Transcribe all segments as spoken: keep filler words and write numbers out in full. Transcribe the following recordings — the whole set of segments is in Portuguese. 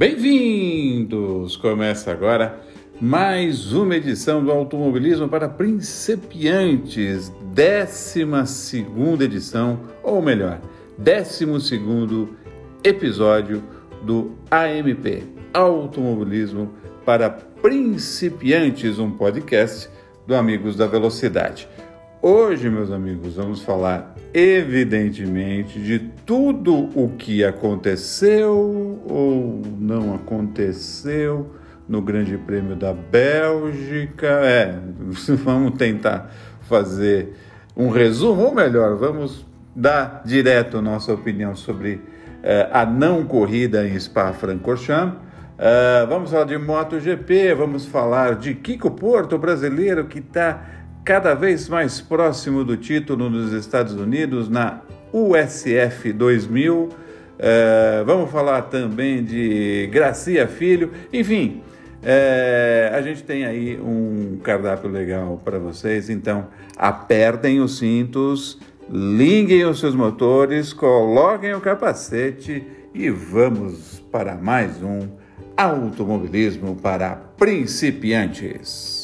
Bem-vindos! Começa agora mais uma edição do Automobilismo para Principiantes, décima segunda edição, ou melhor, décimo segundo episódio do A M P, Automobilismo para Principiantes, um podcast do Amigos da Velocidade. Hoje, meus amigos, vamos falar, evidentemente, de tudo o que aconteceu ou não aconteceu no Grande Prêmio da Bélgica. É, vamos tentar fazer um resumo, ou melhor, vamos dar direto a nossa opinião sobre eh, a não corrida em Spa-Francorchamps. Uh, vamos falar de MotoGP, vamos falar de Kiko Porto, brasileiro que está cada vez mais próximo do título nos Estados Unidos, na U S F dois mil. Uh, vamos falar também de Gracia Filho. Enfim, uh, a gente tem aí um cardápio legal para vocês. Então, apertem os cintos, liguem os seus motores, coloquem o capacete e vamos para mais um Automobilismo para Principiantes.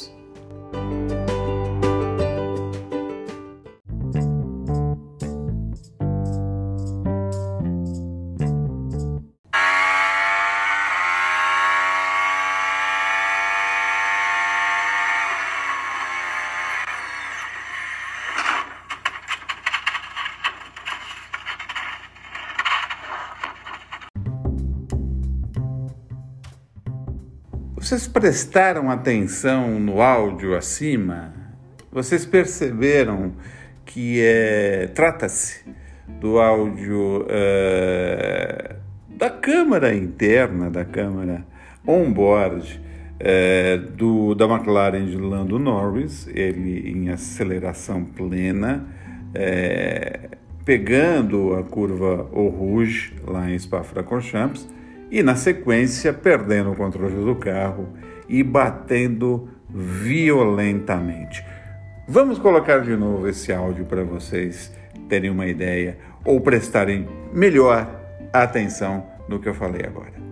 Vocês prestaram atenção no áudio acima? Vocês perceberam que é, trata-se do áudio é, da câmara interna, da câmara on-board é, do, da McLaren de Lando Norris, ele em aceleração plena, é, pegando a curva Eau Rouge lá em Spa-Francorchamps, e, na sequência, perdendo o controle do carro e batendo violentamente. Vamos colocar de novo esse áudio para vocês terem uma ideia ou prestarem melhor atenção no que eu falei agora.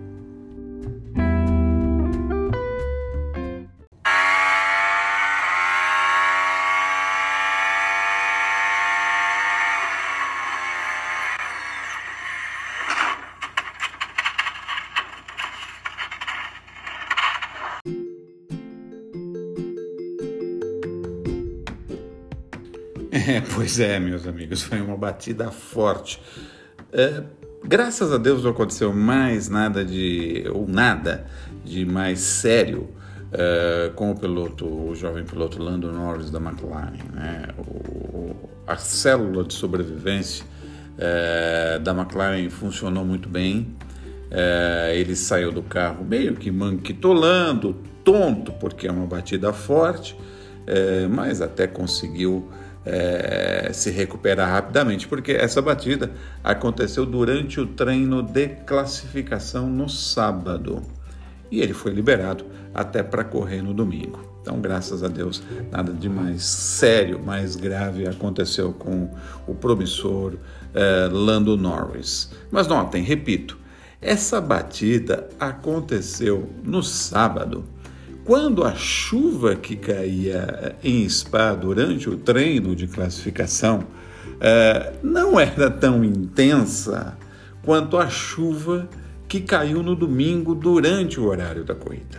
É, pois é, meus amigos, foi uma batida forte. É, graças a Deus não aconteceu mais nada de, ou nada de mais sério é, com o piloto, o jovem piloto Lando Norris da McLaren, né? O, a célula de sobrevivência é, da McLaren funcionou muito bem. É, ele saiu do carro meio que manquitolando, tonto, porque é uma batida forte, é, mas até conseguiu É, se recuperar rapidamente, porque essa batida aconteceu durante o treino de classificação no sábado e ele foi liberado até para correr no domingo. Então, graças a Deus, nada de mais sério, mais grave aconteceu com o promissor é, Lando Norris. Mas notem, repito, essa batida aconteceu no sábado, quando a chuva que caía em Spa durante o treino de classificação eh, não era tão intensa quanto a chuva que caiu no domingo durante o horário da corrida.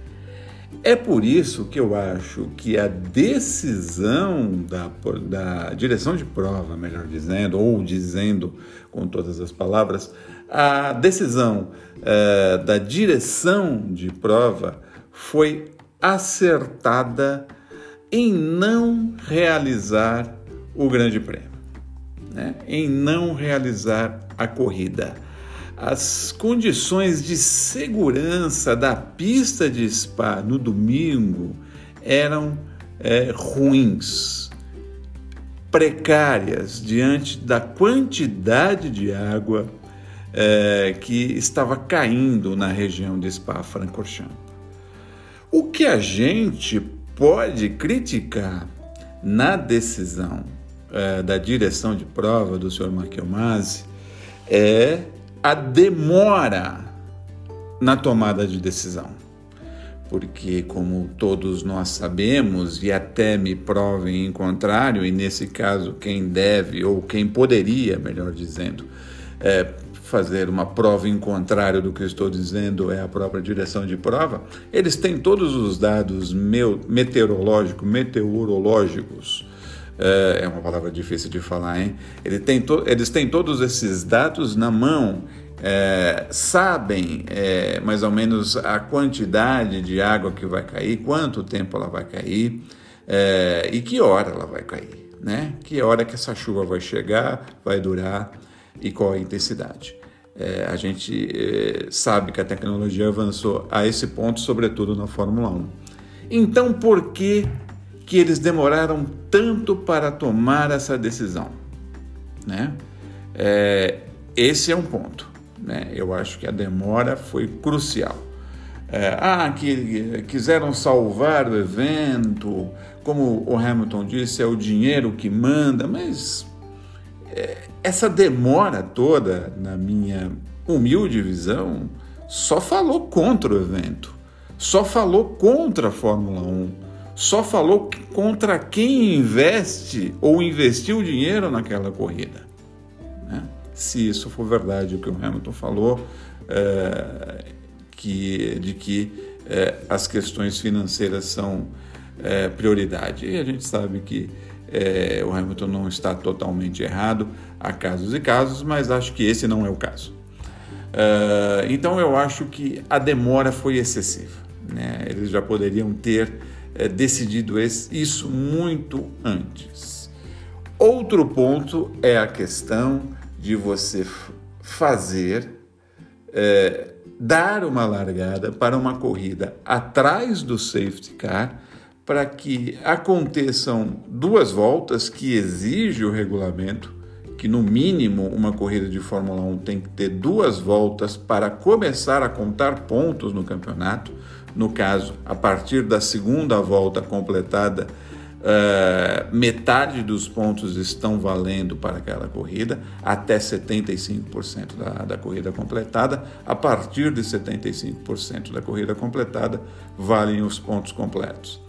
É por isso que eu acho que a decisão da, da direção de prova, melhor dizendo, ou dizendo com todas as palavras, a decisão eh, da direção de prova foi acertada em não realizar o Grande Prêmio, né? Em não realizar a corrida. As condições de segurança da pista de Spa no domingo eram é, ruins, precárias diante da quantidade de água é, que estava caindo na região de Spa-Francorchamps. O que a gente pode criticar na decisão é, da direção de prova do senhor Michael Masi é a demora na tomada de decisão. Porque, como todos nós sabemos, e até me provem em contrário, e nesse caso quem deve, ou quem poderia, melhor dizendo, é, fazer uma prova em contrário do que eu estou dizendo é a própria direção de prova, eles têm todos os dados meteorológicos, meteorológicos, é uma palavra difícil de falar, hein? Ele tem to- eles têm todos esses dados na mão, é, sabem é, mais ou menos a quantidade de água que vai cair, quanto tempo ela vai cair é, e que hora ela vai cair, né? Que hora que essa chuva vai chegar, vai durar e qual a intensidade. É, a gente é, sabe que a tecnologia avançou a esse ponto, sobretudo na Fórmula um. Então, por que que eles demoraram tanto para tomar essa decisão? Né? É, esse é um ponto. Né? Eu acho que a demora foi crucial. É, ah, que quiseram salvar o evento, como o Hamilton disse, é o dinheiro que manda, mas é, essa demora toda, na minha humilde visão, só falou contra o evento, só falou contra a Fórmula um, só falou contra quem investe ou investiu dinheiro naquela corrida. Né? Se isso for verdade o que o Hamilton falou, é, que, de que é, as questões financeiras são é, prioridade. E a gente sabe que é, o Hamilton não está totalmente errado, há casos e casos, mas acho que esse não é o caso. É, então eu acho que a demora foi excessiva. Né? Eles já poderiam ter é, decidido esse, isso muito antes. Outro ponto é a questão de você fazer, é, dar uma largada para uma corrida atrás do safety car, para que aconteçam duas voltas que exige o regulamento, que no mínimo uma corrida de Fórmula um tem que ter duas voltas para começar a contar pontos no campeonato. No caso, a partir da segunda volta completada, uh, metade dos pontos estão valendo para aquela corrida, até setenta e cinco por cento da, da corrida completada. A partir de setenta e cinco por cento da corrida completada, valem os pontos completos.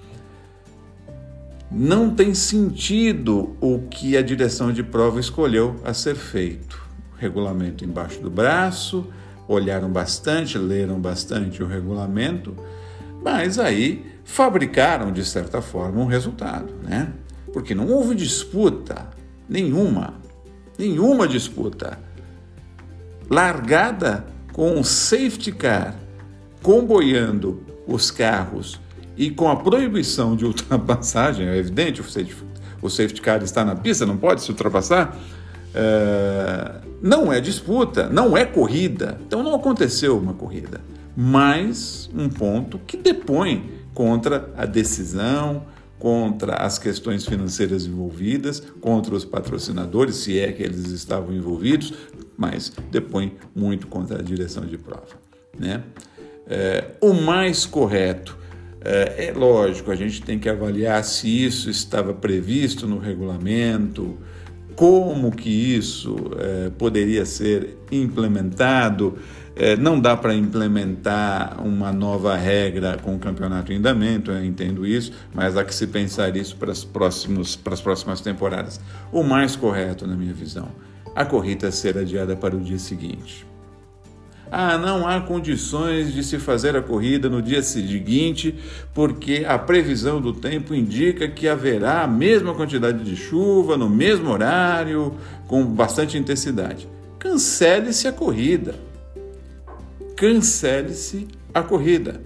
Não tem sentido o que a direção de prova escolheu a ser feito. Regulamento embaixo do braço, olharam bastante, leram bastante o regulamento, mas aí fabricaram, de certa forma, um resultado, né? Porque não houve disputa nenhuma, nenhuma disputa. Largada com o safety car comboiando os carros e com a proibição de ultrapassagem, é evidente, o safety, o safety car está na pista, não pode se ultrapassar, é, não é disputa, não é corrida, então não aconteceu uma corrida, mas um ponto que depõe contra a decisão, contra as questões financeiras envolvidas, contra os patrocinadores, se é que eles estavam envolvidos, mas depõe muito contra a direção de prova. Né? É, o mais correto, É, é lógico, a gente tem que avaliar se isso estava previsto no regulamento, como que isso é, poderia ser implementado. É, não dá para implementar uma nova regra com o campeonato em andamento, eu entendo isso, mas há que se pensar isso para as próximas, para as próximas temporadas. O mais correto, na minha visão, a corrida ser adiada para o dia seguinte. Ah, não há condições de se fazer a corrida no dia seguinte, porque a previsão do tempo indica que haverá a mesma quantidade de chuva, no mesmo horário, com bastante intensidade. Cancele-se a corrida. Cancele-se a corrida.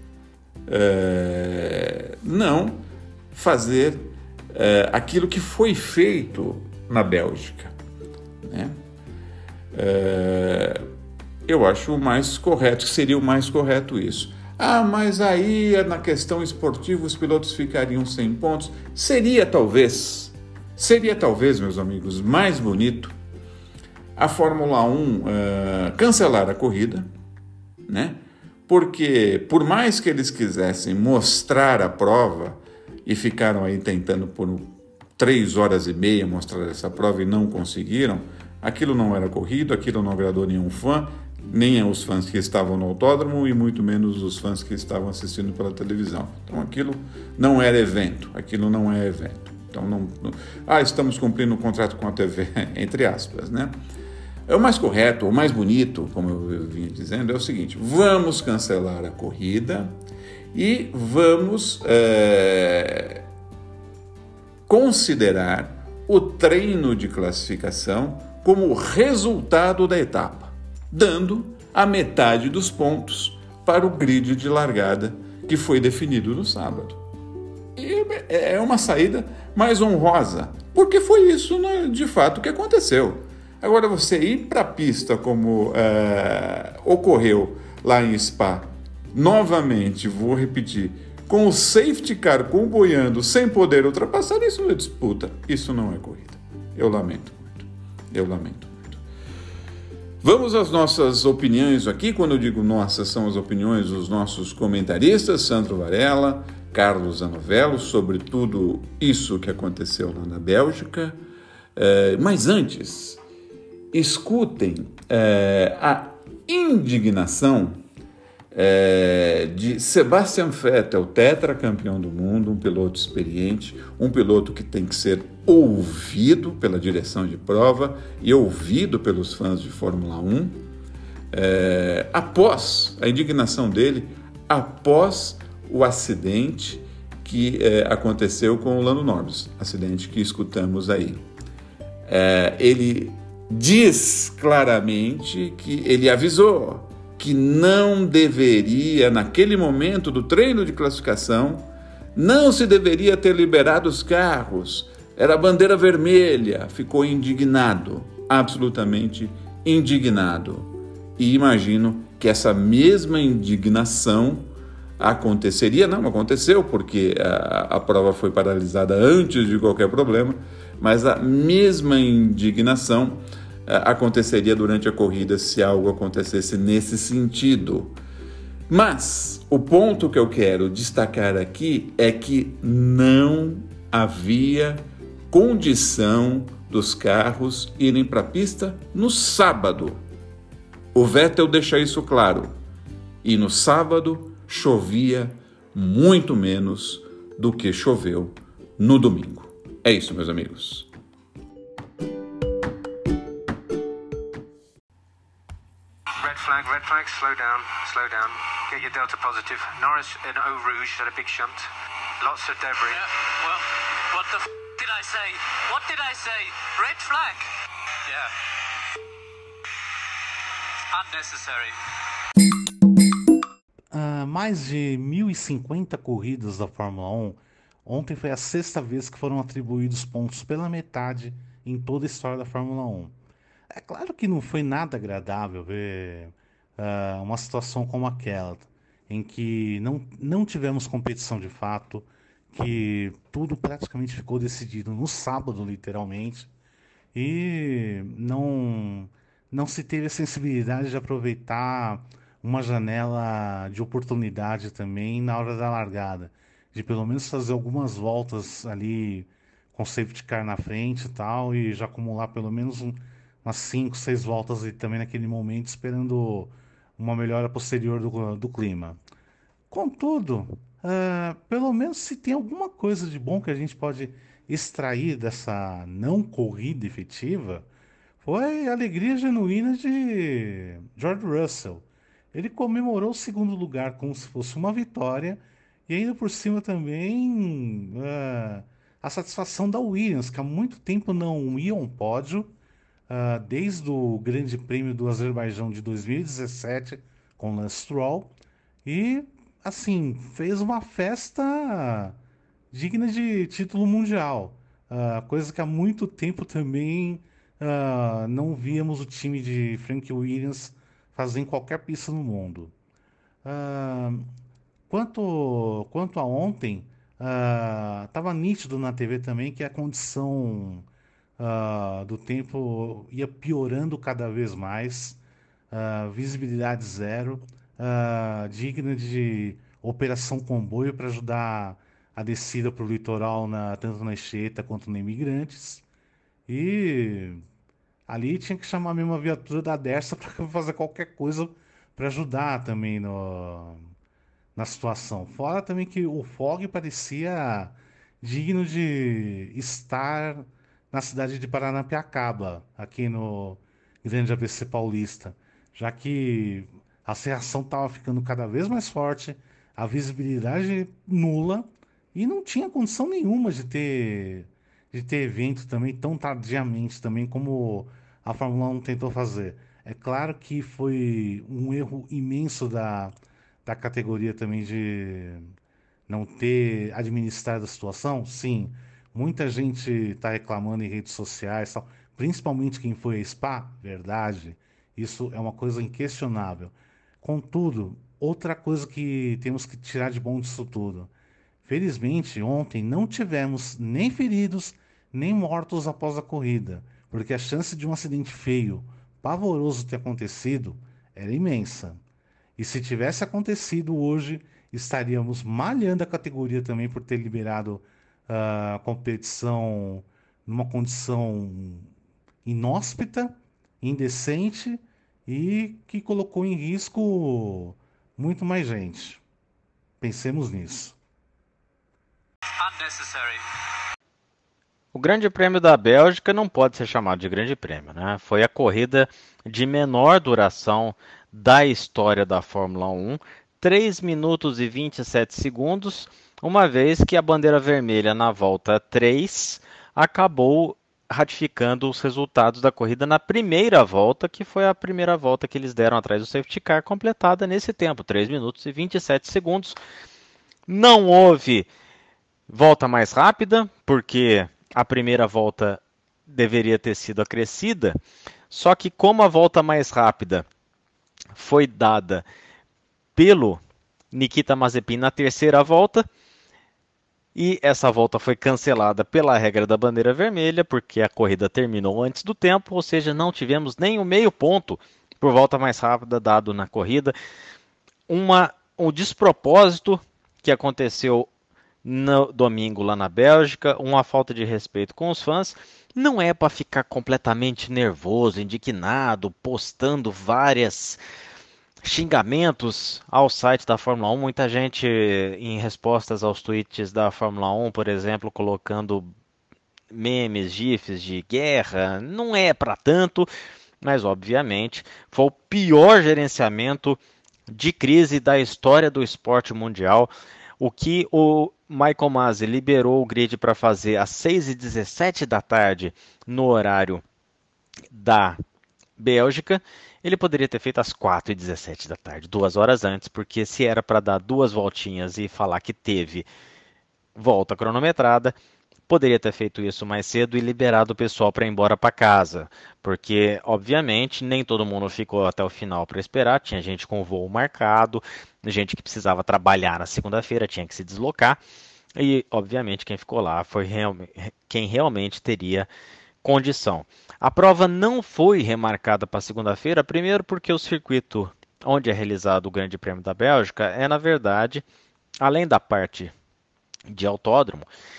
É... Não fazer é, aquilo que foi feito na Bélgica. Né? É... Eu acho o mais correto, que seria o mais correto isso. Ah, mas aí na questão esportiva os pilotos ficariam sem pontos. Seria talvez, seria talvez, meus amigos, mais bonito a Fórmula um uh, cancelar a corrida, né? Porque por mais que eles quisessem mostrar a prova e ficaram aí tentando por três horas e meia mostrar essa prova e não conseguiram, aquilo não era corrido, aquilo não agradou nenhum fã. nem os fãs que estavam no autódromo e muito menos os fãs que estavam assistindo pela televisão. Então aquilo não era evento, aquilo não é evento. Então não, não ah, estamos cumprindo o um contrato com a T V, entre aspas, né? É o mais correto, o mais bonito, como eu vinha dizendo, é o seguinte: vamos cancelar a corrida e vamos é, considerar o treino de classificação como resultado da etapa, dando a metade dos pontos para o grid de largada que foi definido no sábado. E é uma saída mais honrosa, porque foi isso, né, de fato, que aconteceu. Agora, você ir para a pista como é, ocorreu lá em Spa, novamente, vou repetir, com o safety car comboiando sem poder ultrapassar, isso não é disputa, isso não é corrida. Eu lamento muito, eu lamento muito. Vamos às nossas opiniões aqui. Quando eu digo nossas, são as opiniões dos nossos comentaristas, Sandro Varela, Carlos Zanovello, sobre tudo isso que aconteceu lá na Bélgica. É, mas antes, escutem é, a indignação é, de Sebastian Vettel, tetracampeão do mundo, um piloto experiente, um piloto que tem que ser ouvido pela direção de prova e ouvido pelos fãs de Fórmula um, é, após a indignação dele, após o acidente que é, aconteceu com o Lando Norris, acidente que escutamos aí. É, ele diz claramente que ele avisou que não deveria, naquele momento do treino de classificação, não se deveria ter liberado os carros, era bandeira vermelha. Ficou indignado, absolutamente indignado. E imagino que essa mesma indignação aconteceria, não aconteceu, porque a, a prova foi paralisada antes de qualquer problema, mas a mesma indignação a, aconteceria durante a corrida se algo acontecesse nesse sentido. Mas o ponto que eu quero destacar aqui é que não havia condição dos carros irem para a pista no sábado. O Vettel deixa isso claro. E no sábado chovia muito menos do que choveu no domingo. É isso, meus amigos. Red flag, red flag, slow down, slow down. Get your delta positive. Norris in Eau Rouge had a big shunt. Lots of debris. Yeah, well, what the f*** did I say? What did I say? Red flag. Yeah. Unnecessary. Uh, mais de mil e cinquenta corridas da Fórmula um, ontem foi a sexta vez que foram atribuídos pontos pela metade em toda a história da Fórmula um. É claro que não foi nada agradável ver uh, uma situação como aquela, em que não, não tivemos competição de fato, que tudo praticamente ficou decidido no sábado, literalmente, e não, não se teve a sensibilidade de aproveitar uma janela de oportunidade também na hora da largada, de pelo menos fazer algumas voltas ali com safety car na frente e tal, e já acumular pelo menos um, umas cinco, seis voltas ali também naquele momento, esperando uma melhora posterior do, do clima. Contudo, uh, pelo menos se tem alguma coisa de bom que a gente pode extrair dessa não corrida efetiva, foi a alegria genuína de George Russell. Ele comemorou o segundo lugar como se fosse uma vitória e ainda por cima também uh, a satisfação da Williams, que há muito tempo não ia a um pódio, uh, desde o Grande Prêmio do Azerbaijão de dois mil e dezessete com Lance Stroll, e assim, fez uma festa digna de título mundial, uh, coisa que há muito tempo também uh, não víamos o time de Frank Williams fazer em qualquer pista no mundo. Uh, quanto, quanto a ontem, estava uh, nítido na T V também que a condição uh, do tempo ia piorando cada vez mais, uh, visibilidade zero, uh, digna de operação comboio para ajudar a descida para o litoral, na, tanto na Anchieta quanto na Imigrantes. E Ali tinha que chamar mesmo a viatura da Dersa para fazer qualquer coisa para ajudar também no, na situação. Fora também que o Fog parecia digno de estar na cidade de Paranapiacaba, aqui no Grande A B C Paulista, já que a cerração estava ficando cada vez mais forte, a visibilidade nula e não tinha condição nenhuma de ter de ter evento também tão tardiamente também como a Fórmula um tentou fazer. É claro que foi um erro imenso da, da categoria também de não ter administrado a situação? Sim. Muita gente está reclamando em redes sociais, tal, principalmente quem foi a Spa, verdade. Isso é uma coisa inquestionável. Contudo, outra coisa que temos que tirar de bom disso tudo. Felizmente, ontem não tivemos nem feridos, nem mortos após a corrida, porque a chance de um acidente feio, pavoroso ter acontecido era imensa. E se tivesse acontecido hoje, estaríamos malhando a categoria também por ter liberado ah, a competição numa condição inóspita, indecente e que colocou em risco muito mais gente. Pensemos nisso. Unnecessary. O Grande Prêmio da Bélgica não pode ser chamado de Grande Prêmio, né? Foi a corrida de menor duração da história da Fórmula um, três minutos e vinte e sete segundos, uma vez que a bandeira vermelha na volta três acabou ratificando os resultados da corrida na primeira volta, que foi a primeira volta que eles deram atrás do safety car, completada nesse tempo, três minutos e vinte e sete segundos. Não houve volta mais rápida, porque a primeira volta deveria ter sido acrescida, só que como a volta mais rápida foi dada pelo Nikita Mazepin na terceira volta, e essa volta foi cancelada pela regra da bandeira vermelha, porque a corrida terminou antes do tempo, ou seja, não tivemos nem o meio ponto por volta mais rápida dado na corrida. Uma, um despropósito que aconteceu no domingo lá na Bélgica, uma falta de respeito com os fãs. Não é para ficar completamente nervoso, indignado, postando várias xingamentos ao site da Fórmula um. Muita gente, em respostas aos tweets da Fórmula um, por exemplo, colocando memes, gifs de guerra. Não é para tanto, mas obviamente foi o pior gerenciamento de crise da história do esporte mundial. O que o Michael Masi liberou o grid para fazer às seis e dezessete da tarde no horário da Bélgica, ele poderia ter feito às quatro e dezessete da tarde, duas horas antes, porque se era para dar duas voltinhas e falar que teve volta cronometrada, poderia ter feito isso mais cedo e liberado o pessoal para ir embora para casa, porque obviamente nem todo mundo ficou até o final para esperar, tinha gente com voo marcado, gente que precisava trabalhar na segunda-feira, tinha que se deslocar, e obviamente quem ficou lá foi real, quem realmente teria condição. A prova não foi remarcada para segunda-feira, primeiro porque o circuito onde é realizado o Grande Prêmio da Bélgica é, na verdade, além da parte de autódromo,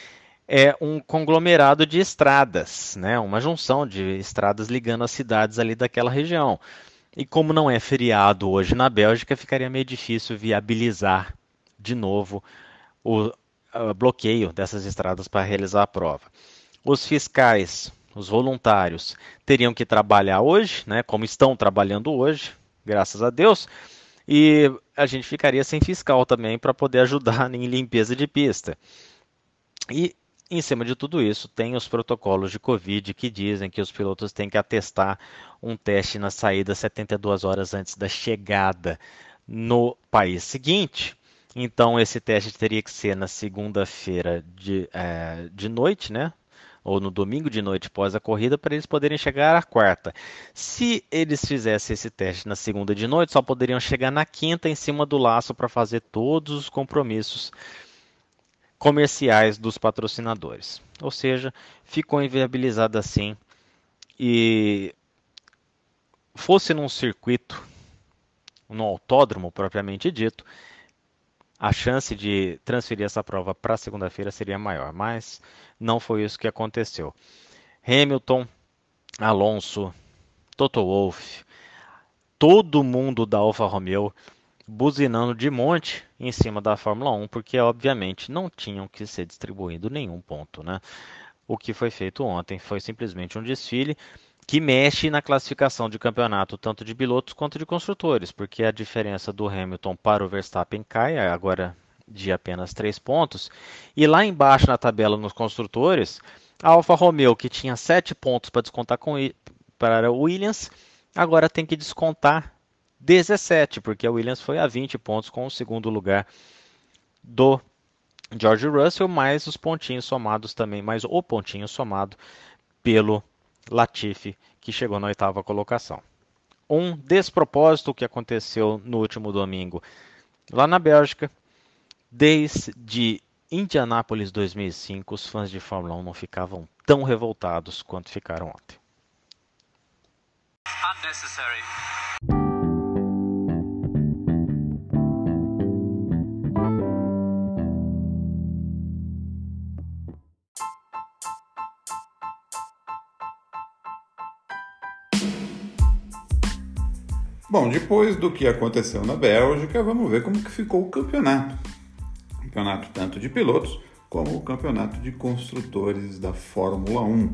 é um conglomerado de estradas, né? Uma junção de estradas ligando as cidades ali daquela região. E como não é feriado hoje na Bélgica, ficaria meio difícil viabilizar de novo o uh, bloqueio dessas estradas para realizar a prova. Os fiscais, os voluntários, teriam que trabalhar hoje, né? Como estão trabalhando hoje, graças a Deus, e a gente ficaria sem fiscal também para poder ajudar em limpeza de pista. E em cima de tudo isso, tem os protocolos de Covid que dizem que os pilotos têm que atestar um teste na saída setenta e duas horas antes da chegada no país seguinte. Então, esse teste teria que ser na segunda-feira de, é, de noite, né? Ou no domingo de noite após a corrida, para eles poderem chegar à quarta. Se eles fizessem esse teste na segunda de noite, só poderiam chegar na quinta em cima do laço para fazer todos os compromissos comerciais dos patrocinadores. Ou seja, ficou inviabilizado assim. E fosse num circuito, no autódromo propriamente dito, a chance de transferir essa prova para segunda-feira seria maior, mas não foi isso que aconteceu. Hamilton Alonso, Toto Wolff, todo mundo da Alfa Romeo buzinando de monte em cima da Fórmula um, porque obviamente não tinham que ser distribuído nenhum ponto, né? O que foi feito ontem foi simplesmente um desfile que mexe na classificação de campeonato, tanto de pilotos quanto de construtores, porque a diferença do Hamilton para o Verstappen cai agora de apenas três pontos, e lá embaixo na tabela nos construtores, a Alfa Romeo, que tinha sete pontos para descontar com, para o Williams, agora tem que descontar dezessete, porque a Williams foi a vinte pontos com o segundo lugar do George Russell, mais os pontinhos somados também, mais o pontinho somado pelo Latifi, que chegou na oitava colocação. Um despropósito que aconteceu no último domingo lá na Bélgica. Desde Indianápolis dois mil e cinco, os fãs de Fórmula um não ficavam tão revoltados quanto ficaram ontem. Unnecessary. Bom, depois do que aconteceu na Bélgica, vamos ver como que ficou o campeonato. Campeonato tanto de pilotos como o campeonato de construtores da Fórmula um.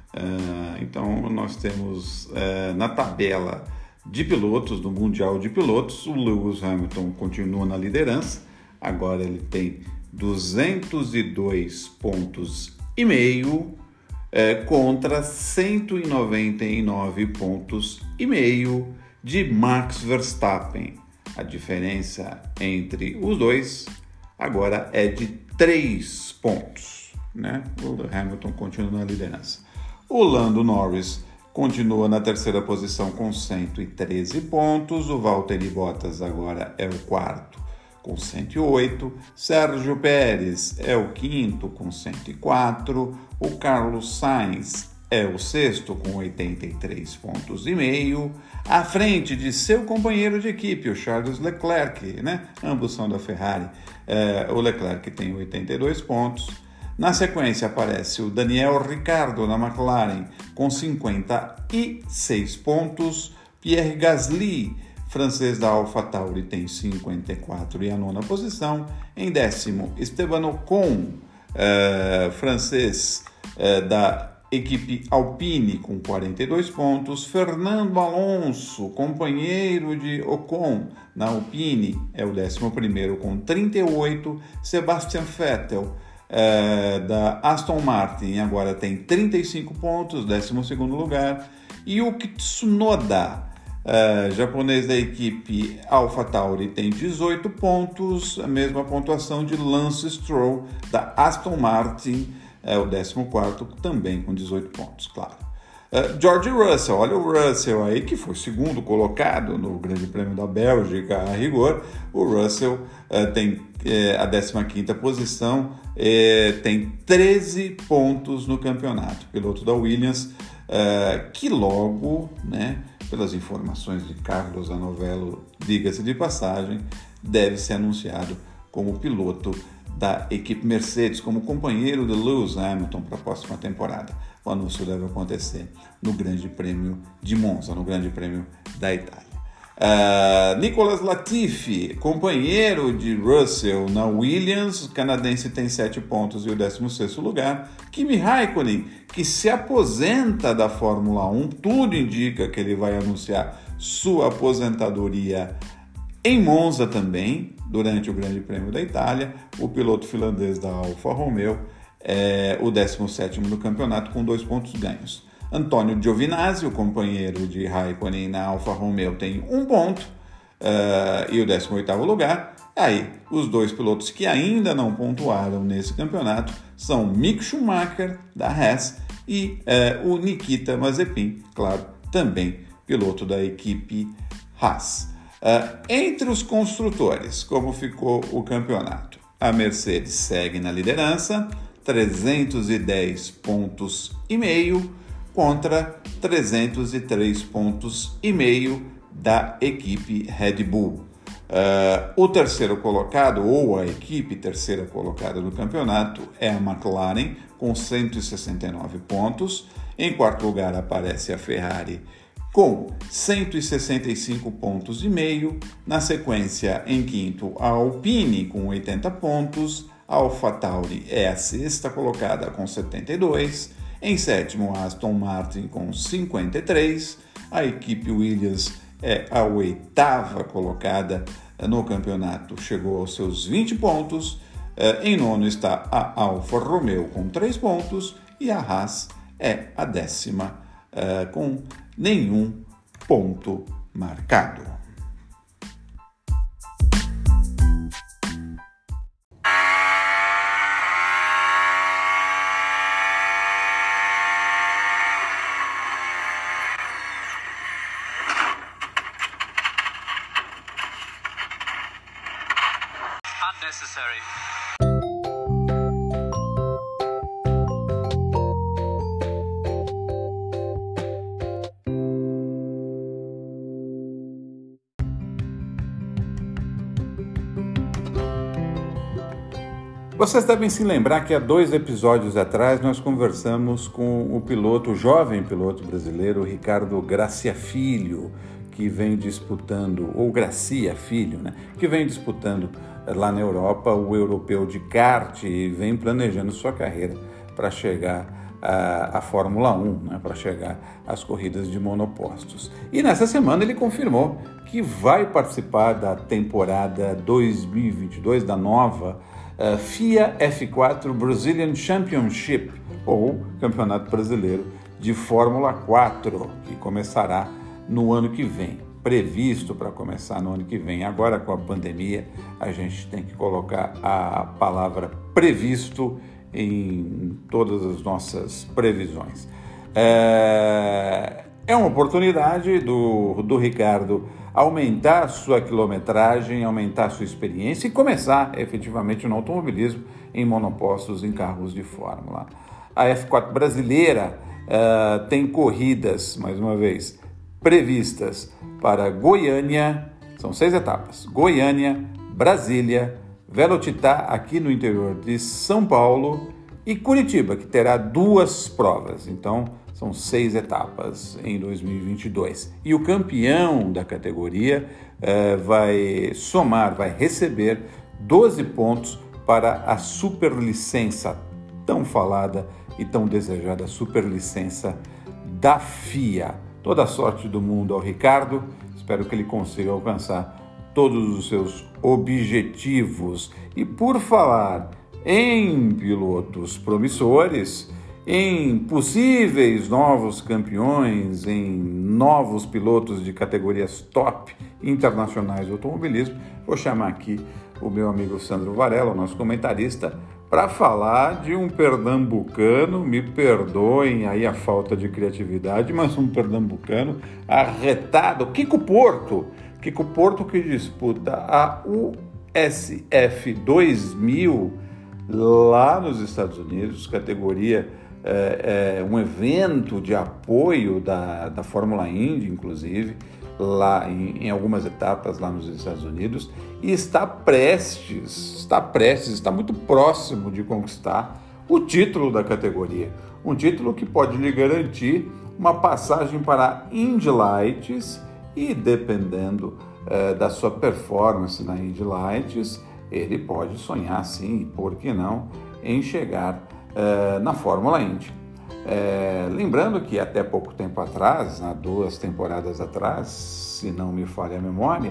Uh, então nós temos uh, na tabela de pilotos, do Mundial de Pilotos, o Lewis Hamilton continua na liderança, agora ele tem duzentos e dois pontos e meio uh, contra cento e noventa e nove pontos e meio de Max Verstappen. A diferença entre os dois agora é de três pontos, né? O Hamilton continua na liderança. O Lando Norris continua na terceira posição com cento e treze pontos. O Valtteri Bottas agora é o quarto com cento e oito. Sérgio Pérez é o quinto com cento e quatro. O Carlos Sainz é o sexto com oitenta e três pontos e meio, à frente de seu companheiro de equipe, o Charles Leclerc, né? Ambos são da Ferrari. É, o Leclerc tem oitenta e dois pontos. Na sequência aparece o Daniel Ricciardo na McLaren com cinquenta e seis pontos. Pierre Gasly, francês da AlphaTauri, tem cinquenta e quatro e a nona posição. Em décimo, Esteban Ocon, é, francês é, da equipe Alpine com quarenta e dois pontos. Fernando Alonso, companheiro de Ocon na Alpine, é o décimo primeiro com trinta e oito. Sebastian Vettel, é, da Aston Martin, agora tem trinta e cinco pontos, décimo segundo lugar. Yuki Tsunoda, é, japonês da equipe AlphaTauri, tem dezoito pontos, a mesma pontuação de Lance Stroll da Aston Martin, é o décimo quarto, também com dezoito pontos, claro. Uh, George Russell, olha o Russell aí, que foi segundo colocado no Grande Prêmio da Bélgica, a rigor. O Russell uh, tem uh, a décima quinta posição, uh, tem treze pontos no campeonato. Piloto da Williams, uh, que logo, né, pelas informações de Carlos Anovello, diga-se de passagem, deve ser anunciado como piloto da equipe Mercedes, como companheiro de Lewis Hamilton para a próxima temporada. O anúncio deve acontecer no Grande Prêmio de Monza, no Grande Prêmio da Itália. Uh, Nicolas Latifi, companheiro de Russell na Williams, o canadense tem sete pontos e o décimo sexto lugar. Kimi Raikkonen, que se aposenta da Fórmula um, tudo indica que ele vai anunciar sua aposentadoria em Monza também, durante o Grande Prêmio da Itália. O piloto finlandês da Alfa Romeo é o décimo sétimo no campeonato com dois pontos ganhos. Antônio Giovinazzi, o companheiro de Raikkonen na Alfa Romeo, tem um ponto uh, e o décimo oitavo lugar. Aí, os dois pilotos que ainda não pontuaram nesse campeonato são Mick Schumacher, da Haas, e uh, o Nikita Mazepin, claro, também piloto da equipe Haas. Uh, entre os construtores, como ficou o campeonato? A Mercedes segue na liderança, trezentos e dez pontos e meio contra trezentos e três pontos e meio da equipe Red Bull. Uh, o terceiro colocado, ou a equipe terceira colocada do campeonato, é a McLaren, com cento e sessenta e nove pontos, Em quarto lugar aparece a Ferrari com cento e sessenta e cinco pontos e meio. Na sequência, em quinto, a Alpine com oitenta pontos. A AlphaTauri é a sexta colocada com setenta e dois. Em sétimo, a Aston Martin com cinquenta e três. A equipe Williams é a oitava colocada no campeonato, chegou aos seus vinte pontos. Em nono está a Alfa Romeo com três pontos e a Haas é a décima com nenhum ponto marcado. Unnecessary. Vocês devem se lembrar que há dois episódios atrás nós conversamos com o piloto, o jovem piloto brasileiro Ricardo Gracia Filho, que vem disputando, ou Gracia Filho, né, que vem disputando lá na Europa o europeu de kart e vem planejando sua carreira para chegar à, à Fórmula um, né, para chegar às corridas de monopostos. E nessa semana ele confirmou que vai participar da temporada dois mil e vinte e dois, da nova uh, F I A F quatro Brazilian Championship, ou Campeonato Brasileiro de Fórmula quatro, que começará no ano que vem, previsto para começar no ano que vem. Agora, com a pandemia, a gente tem que colocar a palavra previsto em todas as nossas previsões. É, é uma oportunidade do, do Ricardo aumentar sua quilometragem, aumentar sua experiência e começar efetivamente no automobilismo em monopostos, em carros de Fórmula. A F quatro brasileira uh, tem corridas, mais uma vez, previstas para Goiânia, são seis etapas, Goiânia, Brasília, Velocitar, aqui no interior de São Paulo, e Curitiba, que terá duas provas. Então, são seis etapas em dois mil e vinte e dois. E o campeão da categoria eh, vai somar, vai receber doze pontos para a superlicença, tão falada e tão desejada superlicença da F I A. Toda a sorte do mundo ao Ricardo, espero que ele consiga alcançar todos os seus objetivos. E por falar em pilotos promissores, em possíveis novos campeões, em novos pilotos de categorias top internacionais do automobilismo, vou chamar aqui o meu amigo Sandro Varela, o nosso comentarista, para falar de um pernambucano, me perdoem aí a falta de criatividade, mas um pernambucano arretado, Kiko Porto, Kiko Porto que disputa a U S F dois mil lá nos Estados Unidos, categoria, é, é, um evento de apoio da, da Fórmula Indy, inclusive, lá em, em algumas etapas lá nos Estados Unidos, e está prestes, está prestes, está muito próximo de conquistar o título da categoria. Um título que pode lhe garantir uma passagem para a Indy Lights e, dependendo eh, da sua performance na Indy Lights, ele pode sonhar, sim, por que não, em chegar eh, na Fórmula Indy. É, lembrando que até pouco tempo atrás, há duas temporadas atrás, se não me falha a memória,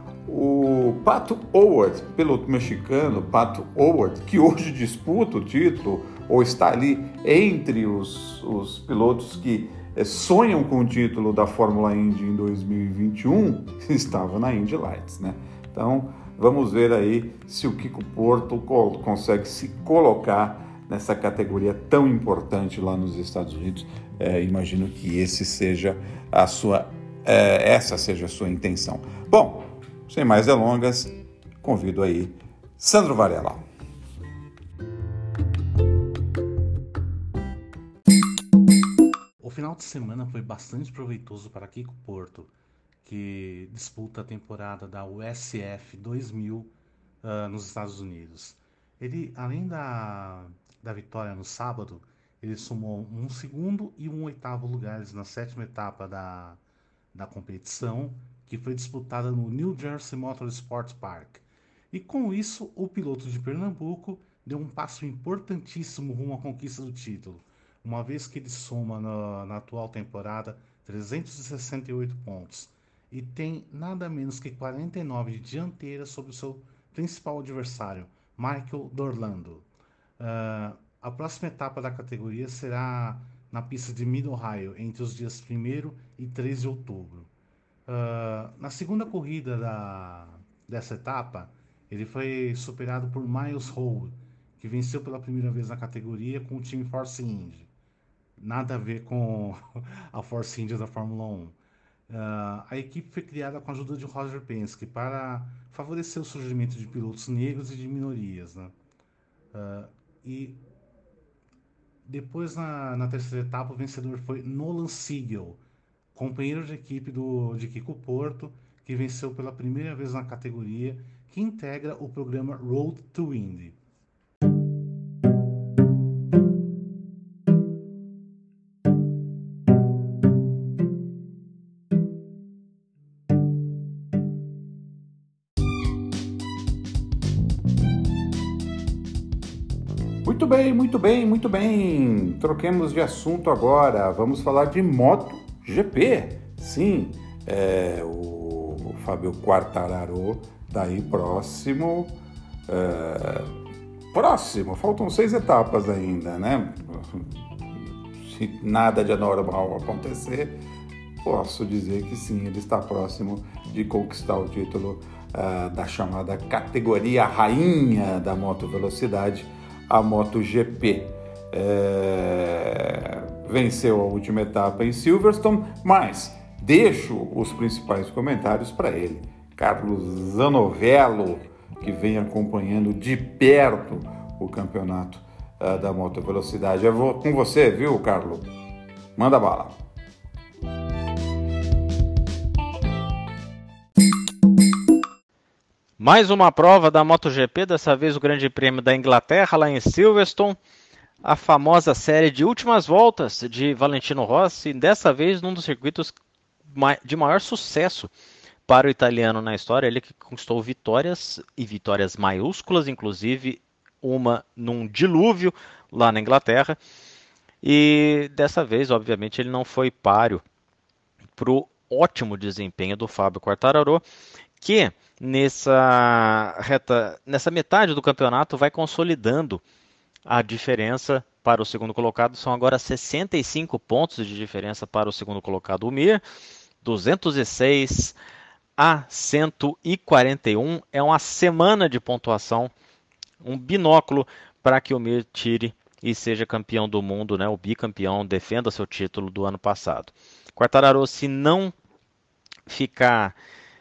o Pato O'Ward, piloto mexicano, Pato O'Ward, que hoje disputa o título, ou está ali entre os, os pilotos que é, sonham com o título da Fórmula Indy em dois mil e vinte e um, estava na Indy Lights, né? Então, vamos ver aí se o Kiko Porto consegue se colocar nessa categoria tão importante lá nos Estados Unidos. É, imagino que esse seja a sua, é, essa seja a sua intenção. Bom, sem mais delongas, convido aí Sandro Varela. O final de semana foi bastante proveitoso para Kiko Porto, que disputa a temporada da U S F dois mil uh, nos Estados Unidos. Ele, além da, da vitória no sábado, Ele somou um segundo e um oitavo lugares na sétima etapa da, da competição, que foi disputada no New Jersey Motorsports Park. E com isso, o piloto de Pernambuco deu um passo importantíssimo rumo à conquista do título, uma vez que ele soma na, na atual temporada trezentos e sessenta e oito pontos e tem nada menos que quarenta e nove de dianteira sobre o seu principal adversário, Michael Dorlando. Uh, a próxima etapa da categoria será na pista de Mid-Ohio, entre os dias primeiro e três de outubro. Uh, na segunda corrida da, dessa etapa, ele foi superado por Miles Hall, que venceu pela primeira vez na categoria com o time Force India. Nada a ver com a Force India da Fórmula um. Uh, a equipe foi criada com a ajuda de Roger Penske para favorecer o surgimento de pilotos negros e de minorias, né? Uh, e depois, na, na terceira etapa, o vencedor foi Nolan Siegel, companheiro de equipe do, de Kiko Porto, que venceu pela primeira vez na categoria, que integra o programa Road to Indy. Muito bem, muito bem, muito bem. Troquemos de assunto agora. Vamos falar de MotoGP. Sim, é, o Fábio Quartararo está aí próximo. É, próximo, faltam seis etapas ainda, né? Se nada de anormal acontecer, posso dizer que sim, ele está próximo de conquistar o título uh, da chamada categoria rainha da motovelocidade, a MotoGP. É... Venceu a última etapa em Silverstone, mas deixo os principais comentários para ele. Carlos Zanovello, que vem acompanhando de perto o campeonato uh, da motovelocidade. Eu vou com você, viu, Carlos? Manda bala. Mais uma prova da MotoGP, dessa vez o Grande Prêmio da Inglaterra, lá em Silverstone. A famosa série de últimas voltas de Valentino Rossi, dessa vez num dos circuitos de maior sucesso para o italiano na história. Ele que conquistou vitórias, e vitórias maiúsculas, inclusive uma num dilúvio lá na Inglaterra. E dessa vez, obviamente, ele não foi páreo para o ótimo desempenho do Fábio Quartararo, que nessa, reta, nessa metade do campeonato vai consolidando a diferença para o segundo colocado. São agora sessenta e cinco pontos de diferença para o segundo colocado, o Mir. duzentos e seis a cento e quarenta e um. É uma semana de pontuação, um binóculo para que o Mir tire e seja campeão do mundo, né? O bicampeão, defenda seu título do ano passado. Quartararo, se não ficar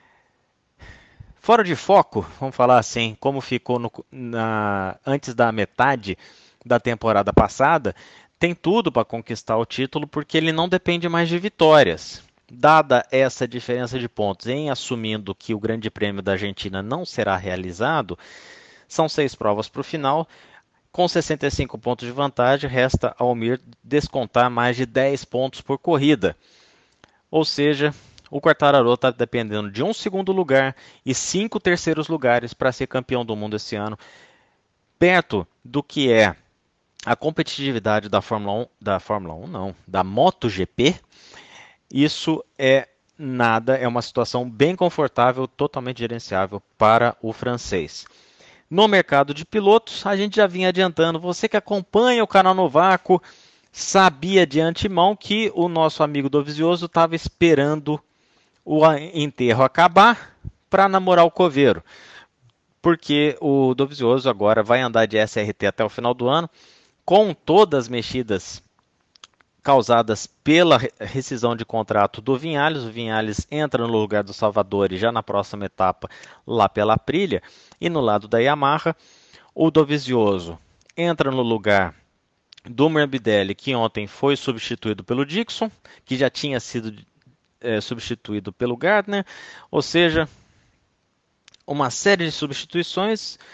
fora de foco, vamos falar assim, como ficou no, na, antes da metade da temporada passada, tem tudo para conquistar o título, porque ele não depende mais de vitórias. Dada essa diferença de pontos, em assumindo que o Grande Prêmio da Argentina não será realizado, são seis provas para o final. Com sessenta e cinco pontos de vantagem, resta ao Mir descontar mais de dez pontos por corrida. Ou seja, o Quartararo está dependendo de um segundo lugar e cinco terceiros lugares para ser campeão do mundo esse ano, perto do que é a competitividade da Fórmula um, da Fórmula um não, da MotoGP. Isso é nada, é uma situação bem confortável, totalmente gerenciável para o francês. No mercado de pilotos, a gente já vinha adiantando, você que acompanha o canal Novaco sabia de antemão que o nosso amigo Dovizioso estava esperando o enterro acabar para namorar o coveiro, porque o Dovizioso agora vai andar de S R T até o final do ano, com todas as mexidas causadas pela rescisão de contrato do Viñales. O Viñales entra no lugar do Salvadori já na próxima etapa, lá pela Aprilia, e no lado da Yamaha, o Dovizioso entra no lugar do Morbidelli, que ontem foi substituído pelo Dixon, que já tinha sido É, substituído pelo Gardner, ou seja, uma série de substituições,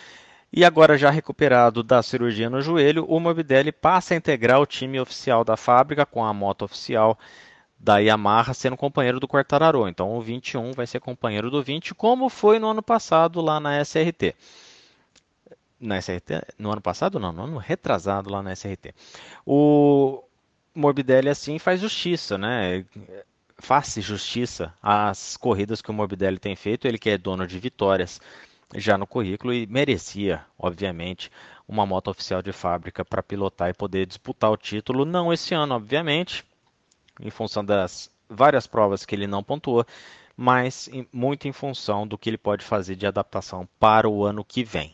E agora, já recuperado da cirurgia no joelho, o Morbidelli passa a integrar o time oficial da fábrica com a moto oficial da Yamaha, sendo companheiro do Quartararo. Então o vinte e um vai ser companheiro do vinte, como foi no ano passado lá na S R T. Na S R T? No ano passado não, no ano retrasado lá na S R T. O Morbidelli assim faz justiça, né? Faz justiça às corridas que o Morbidelli tem feito. Ele que é dono de vitórias já no currículo e merecia, obviamente, uma moto oficial de fábrica para pilotar e poder disputar o título. Não esse ano, obviamente, em função das várias provas que ele não pontuou, mas muito em função do que ele pode fazer de adaptação para o ano que vem.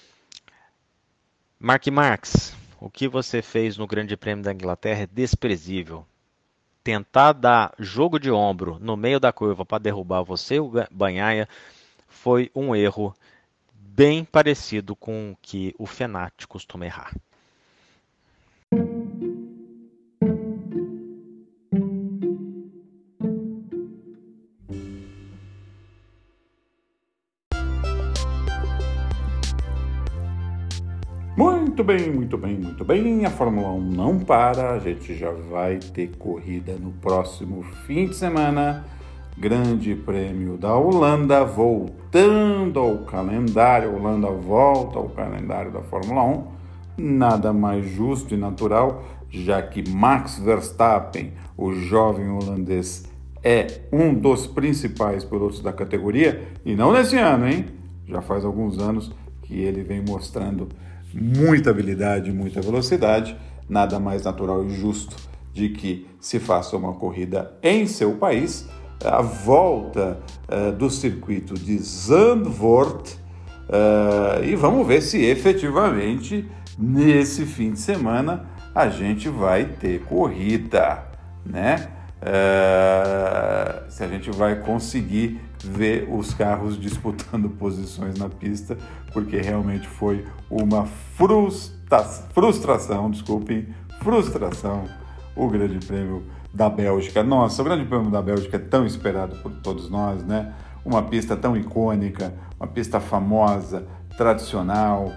Mark Marques, o que você fez no Grande Prêmio da Inglaterra é desprezível. Tentar dar jogo de ombro no meio da curva para derrubar você, o Bagnaia, foi um erro bem parecido com o que o Fenati costuma errar. Muito bem, muito bem, muito bem. A Fórmula um não para, a gente já vai ter corrida no próximo fim de semana. Grande Prêmio da Holanda, voltando ao calendário. A Holanda volta ao calendário da Fórmula um. Nada mais justo e natural, já que Max Verstappen, o jovem holandês, é um dos principais pilotos da categoria. E não nesse ano, hein? Já faz alguns anos que ele vem mostrando muita habilidade, muita velocidade. Nada mais natural e justo de que se faça uma corrida em seu país. A volta uh, do circuito de Zandvoort, uh, e vamos ver se efetivamente nesse fim de semana a gente vai ter corrida, né? Uh, se a gente vai conseguir ver os carros disputando posições na pista, porque realmente foi uma frustra- frustração, desculpem, frustração, o Grande Prêmio da Bélgica. Nossa, o Grande Prêmio da Bélgica é tão esperado por todos nós, né? Uma pista tão icônica, uma pista famosa, tradicional,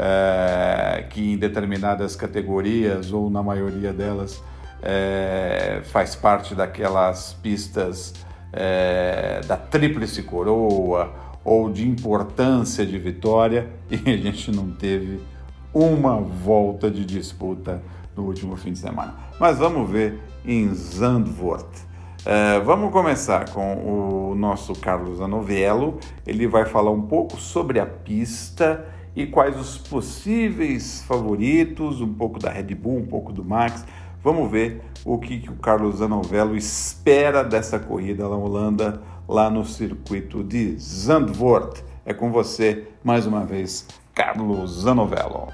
é, que em determinadas categorias, ou na maioria delas, é, faz parte daquelas pistas é, da tríplice coroa, ou de importância de vitória, e a gente não teve uma volta de disputa no último fim de semana. Mas vamos ver em Zandvoort. Uh, vamos começar com o nosso Carlos Anovello. Ele vai falar um pouco sobre a pista e quais os possíveis favoritos, um pouco da Red Bull, um pouco do Max. Vamos ver o que, que o Carlos Anovello espera dessa corrida na Holanda, lá no circuito de Zandvoort. É com você, mais uma vez, Carlos Anovello.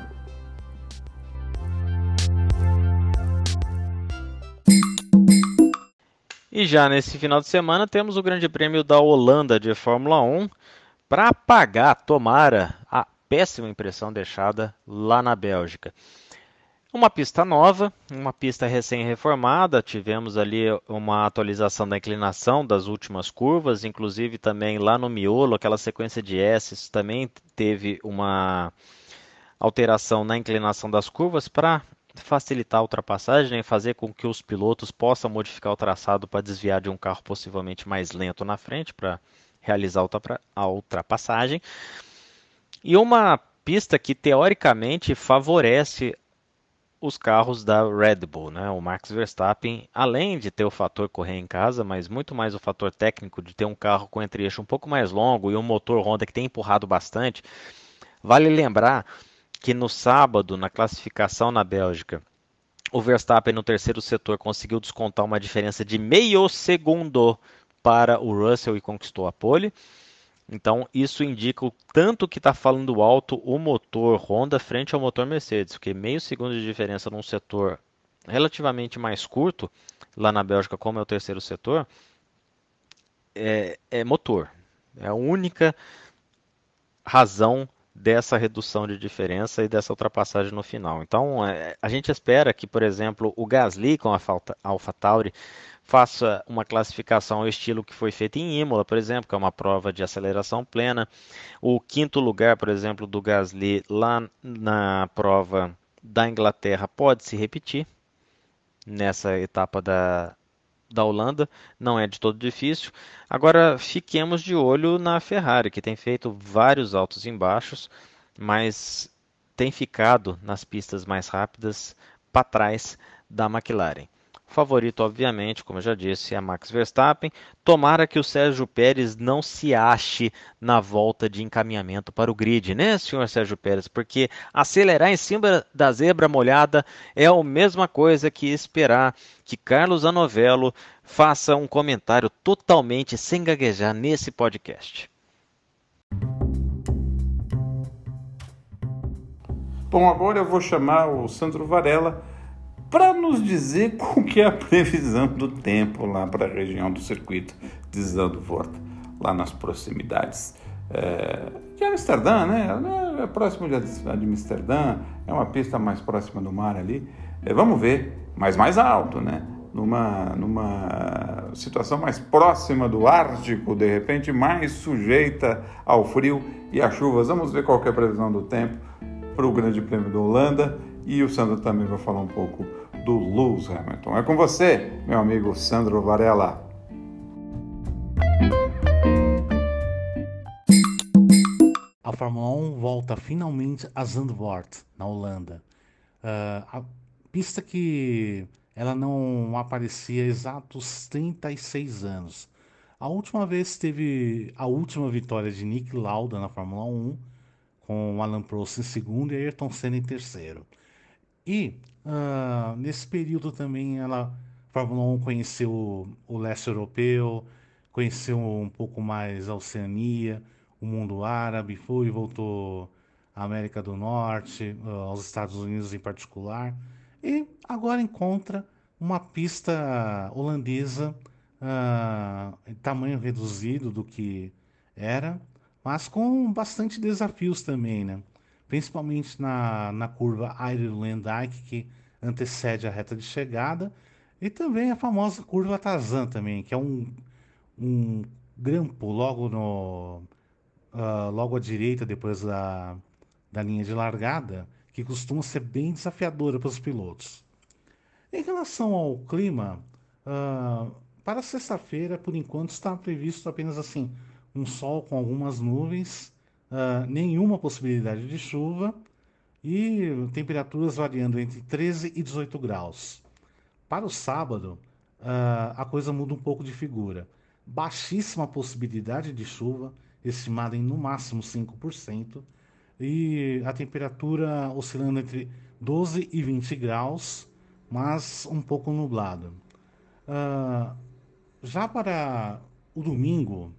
E já nesse final de semana temos o Grande Prêmio da Holanda de Fórmula um para apagar, tomara, a péssima impressão deixada lá na Bélgica. Uma pista nova, uma pista recém-reformada, tivemos ali uma atualização da inclinação das últimas curvas, inclusive também lá no miolo, aquela sequência de S's também teve uma alteração na inclinação das curvas para facilitar a ultrapassagem e fazer com que os pilotos possam modificar o traçado para desviar de um carro possivelmente mais lento na frente para realizar a ultrapassagem. E uma pista que teoricamente favorece os carros da Red Bull, né? O Max Verstappen, além de ter o fator correr em casa, mas muito mais o fator técnico de ter um carro com entre-eixo um pouco mais longo e um motor Honda que tem empurrado bastante. Vale lembrar que no sábado, na classificação na Bélgica, o Verstappen no terceiro setor conseguiu descontar uma diferença de meio segundo para o Russell e conquistou a pole. Então isso indica o tanto que está falando alto o motor Honda frente ao motor Mercedes, porque meio segundo de diferença num setor relativamente mais curto, lá na Bélgica, como é o terceiro setor, é, é motor. É a única razão dessa redução de diferença e dessa ultrapassagem no final. Então, é, a gente espera que, por exemplo, o Gasly com a AlphaTauri faça uma classificação ao estilo que foi feito em Imola, por exemplo, que é uma prova de aceleração plena. O quinto lugar, por exemplo, do Gasly lá na prova da Inglaterra pode se repetir nessa etapa da, da Holanda, não é de todo difícil. Agora, fiquemos de olho na Ferrari, que tem feito vários altos e baixos, mas tem ficado nas pistas mais rápidas para trás da McLaren. O favorito, obviamente, como eu já disse, é Max Verstappen. Tomara que o Sérgio Pérez não se ache na volta de encaminhamento para o grid, né, senhor Sérgio Pérez? Porque acelerar em cima da zebra molhada é a mesma coisa que esperar que Carlos Anovello faça um comentário totalmente sem gaguejar nesse podcast. Bom, agora eu vou chamar o Sandro Varela para nos dizer qual que é a previsão do tempo lá para a região do circuito de Zandvoort, lá nas proximidades é, de Amsterdã, né? É próximo de Amsterdã, é uma pista mais próxima do mar ali. É, vamos ver, mas mais alto, né? Numa, numa situação mais próxima do Ártico, de repente mais sujeita ao frio e às chuvas. Vamos ver qual que é a previsão do tempo para o Grande Prêmio da Holanda, e o Sandro também vai falar um pouco do Lewis Hamilton. É com você, meu amigo Sandro Varela. A Fórmula um volta finalmente a Zandvoort, na Holanda. Uh, a pista que ela não aparecia há exatos trinta e seis anos. A última vez teve a última vitória de Niki Lauda na Fórmula um, com Alan Prost em segundo e Ayrton Senna em terceiro. E uh, nesse período também ela, a Fórmula um conheceu o, o leste europeu, conheceu um pouco mais a Oceania, o mundo árabe, foi e voltou à América do Norte, uh, aos Estados Unidos em particular, e agora encontra uma pista holandesa uh, em tamanho reduzido do que era, mas com bastante desafios também, né? Principalmente na, na curva Ireland Dyke, que antecede a reta de chegada, e também a famosa curva Tarzan também, que é um, um grampo logo, no, uh, logo à direita, depois da, da linha de largada, que costuma ser bem desafiadora para os pilotos. Em relação ao clima, uh, para sexta-feira, por enquanto, está previsto apenas assim, um sol com algumas nuvens, Uh, nenhuma possibilidade de chuva e temperaturas variando entre treze e dezoito graus. Para o sábado, uh, a coisa muda um pouco de figura. Baixíssima possibilidade de chuva, estimada em no máximo cinco por cento, e a temperatura oscilando entre doze e vinte graus, mas um pouco nublado. Uh, já para o domingo,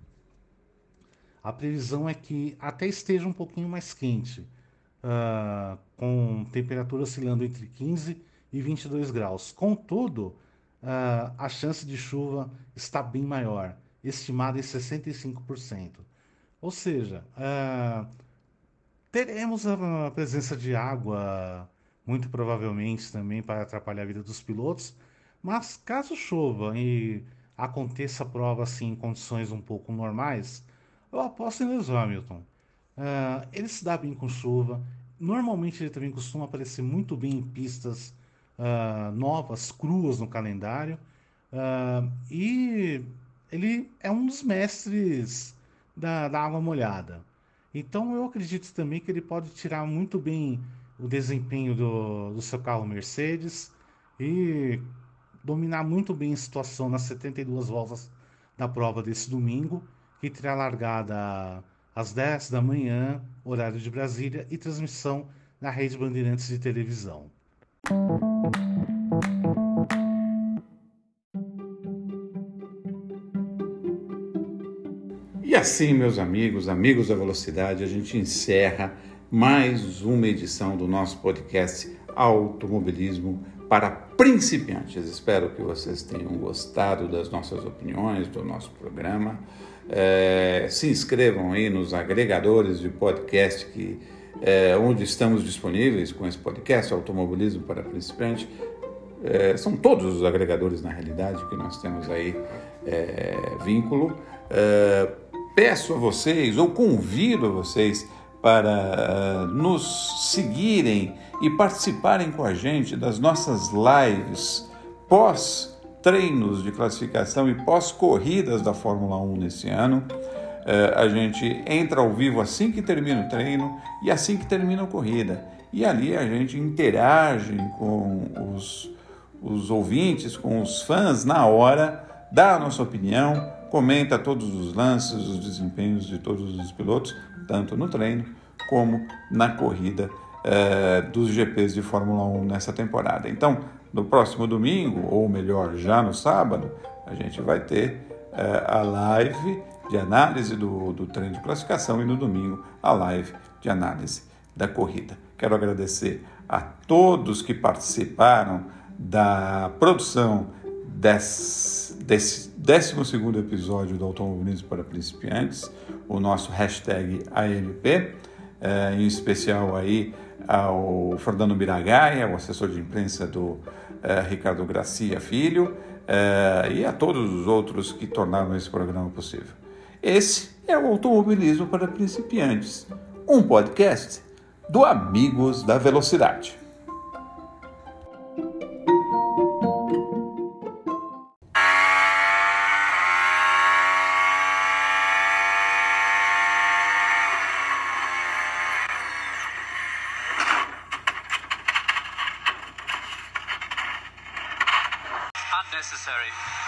a previsão é que até esteja um pouquinho mais quente, uh, com temperatura oscilando entre quinze e vinte e dois graus. Contudo, uh, a chance de chuva está bem maior, estimada em sessenta e cinco por cento. Ou seja, uh, teremos a presença de água, muito provavelmente também para atrapalhar a vida dos pilotos, mas caso chova e aconteça a prova assim, em condições um pouco normais, eu aposto em Lewis Hamilton. Uh, ele se dá bem com chuva. Normalmente ele também costuma aparecer muito bem em pistas uh, novas, cruas no calendário. Uh, e ele é um dos mestres da, da água molhada. Então eu acredito também que ele pode tirar muito bem o desempenho do, do seu carro Mercedes e dominar muito bem a situação nas setenta e duas voltas da prova desse domingo, que terá largada às dez da manhã, horário de Brasília, e transmissão na Rede Bandeirantes de televisão. E assim, meus amigos, amigos da Velocidade, a gente encerra mais uma edição do nosso podcast Automobilismo para Principiantes. Espero que vocês tenham gostado das nossas opiniões, do nosso programa. É, se inscrevam aí nos agregadores de podcast que, é, onde estamos disponíveis com esse podcast, Automobilismo para Principiantes. é, são todos os agregadores, na realidade, que nós temos aí é, vínculo. É, peço a vocês, ou convido a vocês, para uh, nos seguirem e participarem com a gente das nossas lives pós-treinos de classificação e pós-corridas da Fórmula um nesse ano. Uh, a gente entra ao vivo assim que termina o treino e assim que termina a corrida. E ali a gente interage com os, os ouvintes, com os fãs na hora, dá a nossa opinião, comenta todos os lances, os desempenhos de todos os pilotos, tanto no treino como na corrida eh, dos G Ps de Fórmula um nessa temporada. Então, no próximo domingo, ou melhor, já no sábado, a gente vai ter eh, a live de análise do, do treino de classificação e no domingo a live de análise da corrida. Quero agradecer a todos que participaram da produção desse, desse décimo segundo episódio do Automobilismo para Principiantes, o nosso hashtag A M P, eh, em especial aí ao Fernando Miragaia, o assessor de imprensa do eh, Ricardo Gracia Filho, eh, e a todos os outros que tornaram esse programa possível. Esse é o Automobilismo para Principiantes, um podcast do Amigos da Velocidade. Unnecessary.